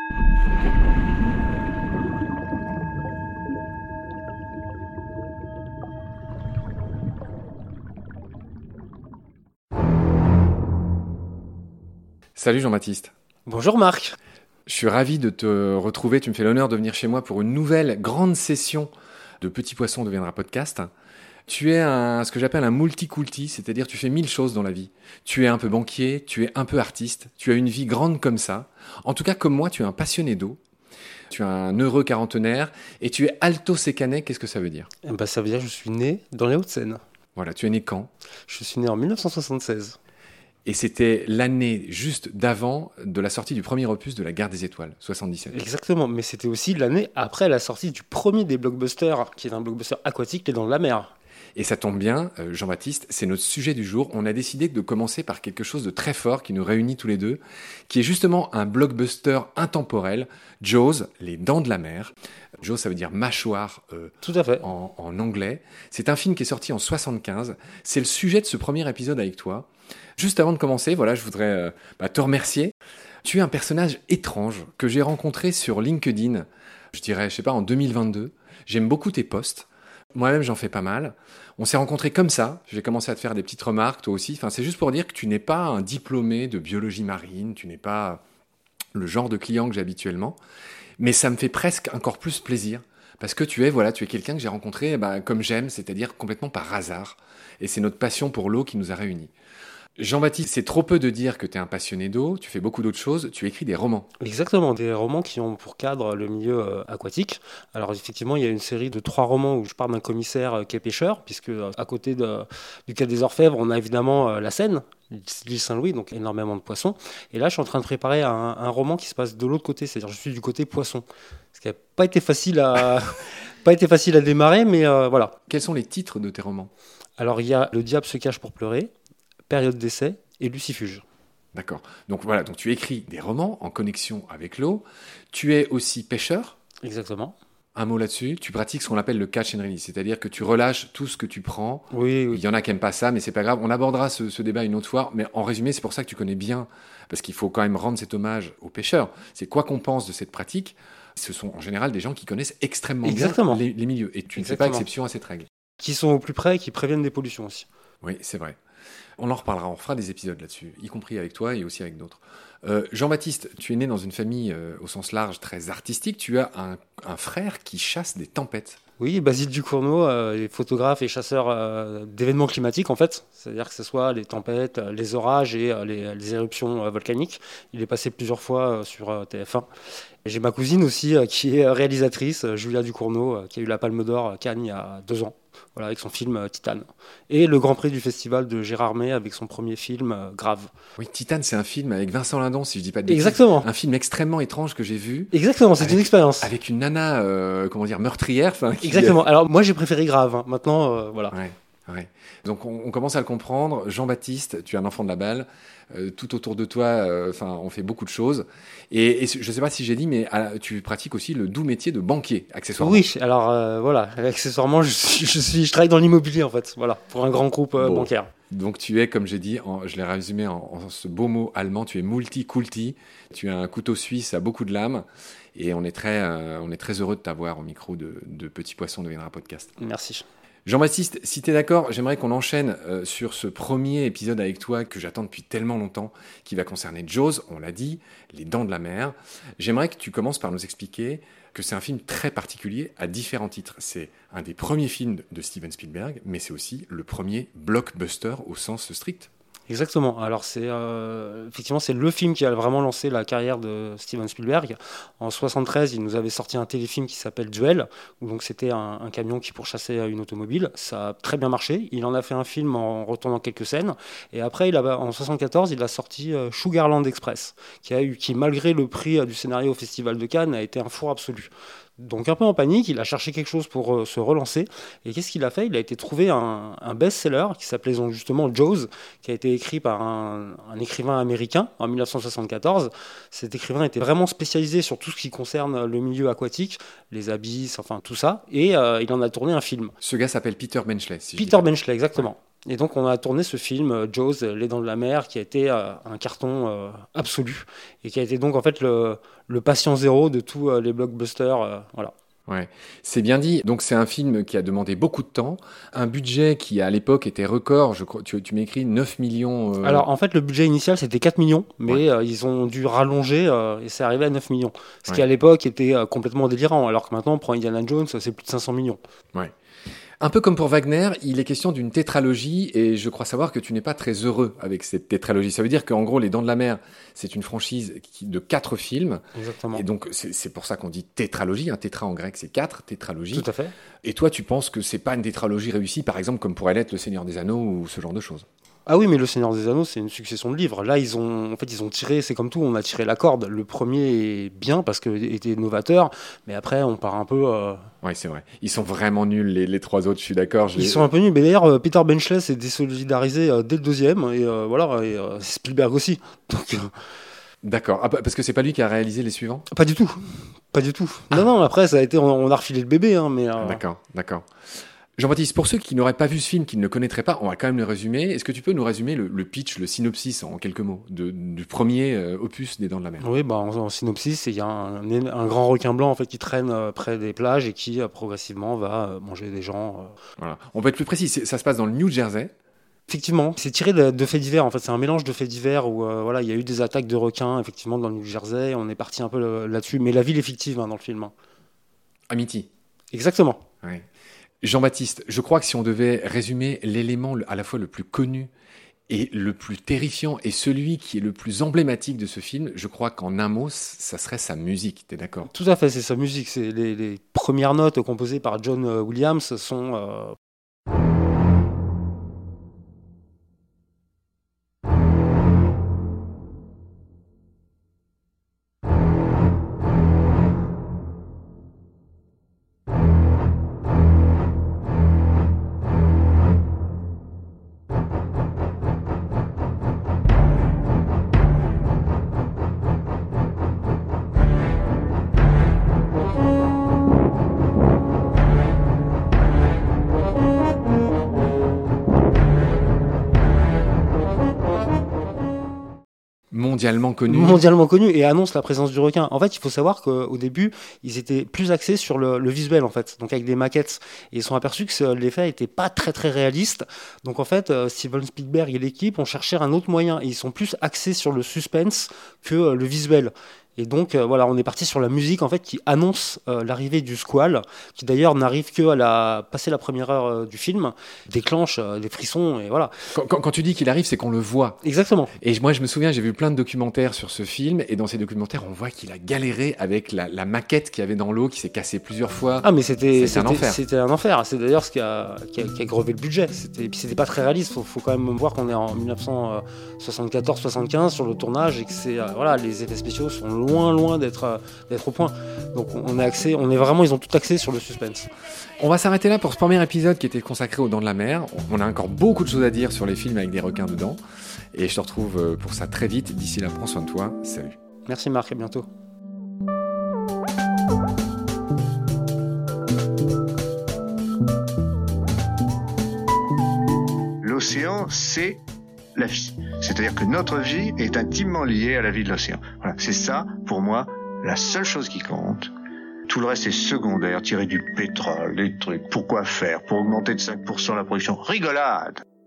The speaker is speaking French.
Salut Jean-Baptiste. Bonjour Marc. Je suis ravi de te retrouver. Tu me fais l'honneur de venir chez moi pour une nouvelle grande session de Petit Poisson deviendra podcast. Tu es ce que j'appelle un multiculti, c'est-à-dire tu fais 1000 choses dans la vie. Tu es un peu banquier, tu es un peu artiste, tu as une vie grande comme ça. En tout cas, comme moi, tu es un passionné d'eau. Tu es un heureux quarantenaire et tu es alto-sécanais. Qu'est-ce que ça veut dire ? Ça veut dire que je suis né dans les Hauts-de-Seine. Voilà, tu es né quand ? Je suis né en 1976. Et c'était l'année juste d'avant de la sortie du premier opus de La Guerre des Étoiles, 77. Exactement, mais c'était aussi l'année après la sortie du premier des blockbusters, qui est un blockbuster aquatique qui est dans la mer. Et ça tombe bien, Jean-Baptiste, c'est notre sujet du jour. On a décidé de commencer par quelque chose de très fort qui nous réunit tous les deux, qui est justement un blockbuster intemporel, Jaws, les dents de la mer. Jaws, ça veut dire mâchoire Tout à fait. En anglais. C'est un film qui est sorti en 75. C'est le sujet de ce premier épisode avec toi. Juste avant de commencer, voilà, je voudrais te remercier. Tu es un personnage étrange que j'ai rencontré sur LinkedIn, je dirais, en 2022. J'aime beaucoup tes posts. Moi-même, j'en fais pas mal. On s'est rencontrés comme ça. J'ai commencé à te faire des petites remarques, toi aussi. Enfin, c'est juste pour dire que tu n'es pas un diplômé de biologie marine. Tu n'es pas le genre de client que j'ai habituellement. Mais ça me fait presque encore plus plaisir. Parce que tu es quelqu'un que j'ai rencontré comme j'aime, c'est-à-dire complètement par hasard. Et c'est notre passion pour l'eau qui nous a réunis. Jean-Baptiste, c'est trop peu de dire que tu es un passionné d'eau, tu fais beaucoup d'autres choses, tu écris des romans. Exactement, des romans qui ont pour cadre le milieu aquatique. Alors effectivement, il y a une série de 3 romans où je parle d'un commissaire qui est pêcheur, puisque à côté du quai des Orfèvres, on a évidemment la Seine, l'île Saint-Louis, donc énormément de poissons. Et là, je suis en train de préparer un roman qui se passe de l'autre côté, c'est-à-dire je suis du côté poisson. Ce qui n'a pas été facile à, démarrer, mais voilà. Quels sont les titres de tes romans ? Alors il y a Le diable se cache pour pleurer, Période d'essai et Lucifuge. D'accord. Donc voilà, donc tu écris des romans en connexion avec l'eau. Tu es aussi pêcheur. Exactement. Un mot là-dessus. Tu pratiques ce qu'on appelle le catch and release, c'est-à-dire que tu relâches tout ce que tu prends. Oui. Il y en a qui n'aiment pas ça, mais c'est pas grave. On abordera ce débat une autre fois. Mais en résumé, c'est pour ça que tu connais bien, parce qu'il faut quand même rendre cet hommage aux pêcheurs. C'est quoi qu'on pense de cette pratique. Ce sont en général des gens qui connaissent extrêmement bien les milieux. Et tu ne fais pas exception à cette règle. Qui sont au plus près et qui préviennent des pollutions aussi. Oui, c'est vrai. On en reparlera, on fera des épisodes là-dessus, y compris avec toi et aussi avec d'autres. Jean-Baptiste, tu es né dans une famille au sens large très artistique. Tu as un frère qui chasse des tempêtes. Oui, Basile Ducournau est photographe et chasseur d'événements climatiques en fait. C'est-à-dire que ce soit les tempêtes, les orages et les éruptions volcaniques. Il est passé plusieurs fois sur TF1. Et j'ai ma cousine aussi qui est réalisatrice, Julia Ducournau, qui a eu la Palme d'Or à Cannes il y a 2 ans. Voilà, avec son film Titane. Et le Grand Prix du Festival de Gérard May avec son premier film Grave. Oui, Titane, c'est un film avec Vincent Lindon, si je dis pas de bêtises. Exactement. Un film extrêmement étrange que j'ai vu. Exactement, c'est une expérience. Avec une nana, meurtrière. Exactement. Alors moi j'ai préféré Grave. Hein. Maintenant, voilà. Ouais. Donc on commence à le comprendre. Jean-Baptiste, tu es un enfant de la balle. Tout autour de toi, on fait beaucoup de choses. Et je ne sais pas si j'ai dit, mais tu pratiques aussi le doux métier de banquier, accessoirement. Oui, alors voilà, accessoirement, je travaille dans l'immobilier en fait, voilà, pour un grand groupe bancaire. Donc tu es, comme j'ai dit, je l'ai résumé en ce beau mot allemand, tu es multiculti. Tu as un couteau suisse à beaucoup de lames. Et on est très heureux de t'avoir au micro de Petit Poisson deviendra podcast. Merci. Jean-Baptiste, si tu es d'accord, j'aimerais qu'on enchaîne sur ce premier épisode avec toi que j'attends depuis tellement longtemps, qui va concerner Jaws, on l'a dit, les dents de la mer. J'aimerais que tu commences par nous expliquer que c'est un film très particulier à différents titres. C'est un des premiers films de Steven Spielberg, mais c'est aussi le premier blockbuster au sens strict. Exactement. Alors effectivement c'est le film qui a vraiment lancé la carrière de Steven Spielberg. En 73, il nous avait sorti un téléfilm qui s'appelle Duel, où donc c'était un camion qui pourchassait une automobile. Ça a très bien marché. Il en a fait un film en retournant quelques scènes. Et après, en 74, il a sorti Sugarland Express, qui malgré le prix du scénario au Festival de Cannes, a été un four absolu. Donc un peu en panique, il a cherché quelque chose pour se relancer. Et qu'est-ce qu'il a fait ? Il a été trouvé un best-seller qui s'appelait donc justement Jaws, qui a été écrit par un écrivain américain en 1974. Cet écrivain était vraiment spécialisé sur tout ce qui concerne le milieu aquatique, les abysses, enfin tout ça. Et il en a tourné un film. Ce gars s'appelle Peter Benchley. Peter Benchley, exactement. Et donc on a tourné ce film, Jaws, Les Dents de la Mer, qui a été un carton absolu, et qui a été donc en fait le patient zéro de tous les blockbusters. Voilà. Ouais, c'est bien dit. Donc c'est un film qui a demandé beaucoup de temps, un budget qui à l'époque était record, je crois, tu m'écris 9 millions. Alors en fait le budget initial c'était 4 millions, mais ils ont dû rallonger et c'est arrivé à 9 millions. Ce qui à l'époque était complètement délirant, alors que maintenant on prend Indiana Jones, c'est plus de 500 millions. Ouais. Un peu comme pour Wagner, il est question d'une tétralogie et je crois savoir que tu n'es pas très heureux avec cette tétralogie. Ça veut dire qu'en gros, Les Dents de la Mer, c'est une franchise de 4 films. Exactement. Et donc, c'est pour ça qu'on dit tétralogie. Un tétra en grec, c'est 4, tétralogie. Tout à fait. Et toi, tu penses que c'est pas une tétralogie réussie, par exemple, comme pourrait l'être Le Seigneur des Anneaux ou ce genre de choses? Ah oui, mais Le Seigneur des Anneaux, c'est une succession de livres. Là, ils ont tiré, c'est comme tout, on a tiré la corde. Le premier est bien parce qu'il était novateur, mais après, on part un peu. Oui, c'est vrai. Ils sont vraiment nuls, les 3 autres, je suis d'accord. Ils sont un peu nuls, mais d'ailleurs, Peter Benchley s'est désolidarisé dès le deuxième, et voilà, et Spielberg aussi. Donc, d'accord. Ah, parce que c'est pas lui qui a réalisé les suivants? pas du tout. Pas du tout. Non, après, ça a été, on a refilé le bébé, hein, mais. D'accord. Jean-Baptiste, pour ceux qui n'auraient pas vu ce film, qui ne le connaîtraient pas, on va quand même le résumer. Est-ce que tu peux nous résumer le pitch, le synopsis en quelques mots du premier opus des Dents de la Mer? Oui, en synopsis, il y a un grand requin blanc en fait qui traîne près des plages et qui progressivement va manger des gens. Voilà. On peut être plus précis. Ça se passe dans le New Jersey. Effectivement, c'est tiré de faits divers. En fait, c'est un mélange de faits divers où voilà, il y a eu des attaques de requins effectivement dans le New Jersey. On est parti un peu là-dessus, mais la ville est fictive dans le film. Amity. Exactement. Ouais. Jean-Baptiste, je crois que si on devait résumer l'élément à la fois le plus connu et le plus terrifiant et celui qui est le plus emblématique de ce film, je crois qu'en un mot, ça serait sa musique. T'es d'accord? Tout à fait, c'est sa musique. C'est les premières notes composées par John Williams sont mondialement connus et annoncent la présence du requin. En fait, il faut savoir qu'au début, ils étaient plus axés sur le visuel, en fait, donc avec des maquettes. Et ils sont aperçus que l'effet n'était pas très très réaliste. Donc en fait, Steven Spielberg et l'équipe ont cherché un autre moyen et ils sont plus axés sur le suspense que le visuel. Et donc voilà, on est parti sur la musique en fait qui annonce l'arrivée du squale, qui d'ailleurs n'arrive que à passer la première heure du film, déclenche des frissons et voilà. Quand tu dis qu'il arrive, c'est qu'on le voit. Exactement. Et moi, je me souviens, j'ai vu plein de documentaires sur ce film, et dans ces documentaires, on voit qu'il a galéré avec la maquette qu'il y avait dans l'eau, qui s'est cassée plusieurs fois. Ah mais c'était un enfer. C'était un enfer. C'est d'ailleurs ce qui a grevé le budget. Et puis c'était pas très réaliste. Faut quand même voir qu'on est en 1974-75 sur le tournage et que voilà, les effets spéciaux sont loin d'être au point. Donc ils ont tout axé sur le suspense. On va s'arrêter là pour ce premier épisode qui était consacré aux Dents de la Mer. On a encore beaucoup de choses à dire sur les films avec des requins dedans. Et je te retrouve pour ça très vite. D'ici là, prends soin de toi. Salut. Merci Marc, à bientôt. L'océan, c'est la vie. C'est-à-dire que notre vie est intimement liée à la vie de l'océan. Voilà, c'est ça, pour moi, la seule chose qui compte. Tout le reste est secondaire, tirer du pétrole, des trucs. Pourquoi faire? Pour augmenter de 5% la production? Rigolade!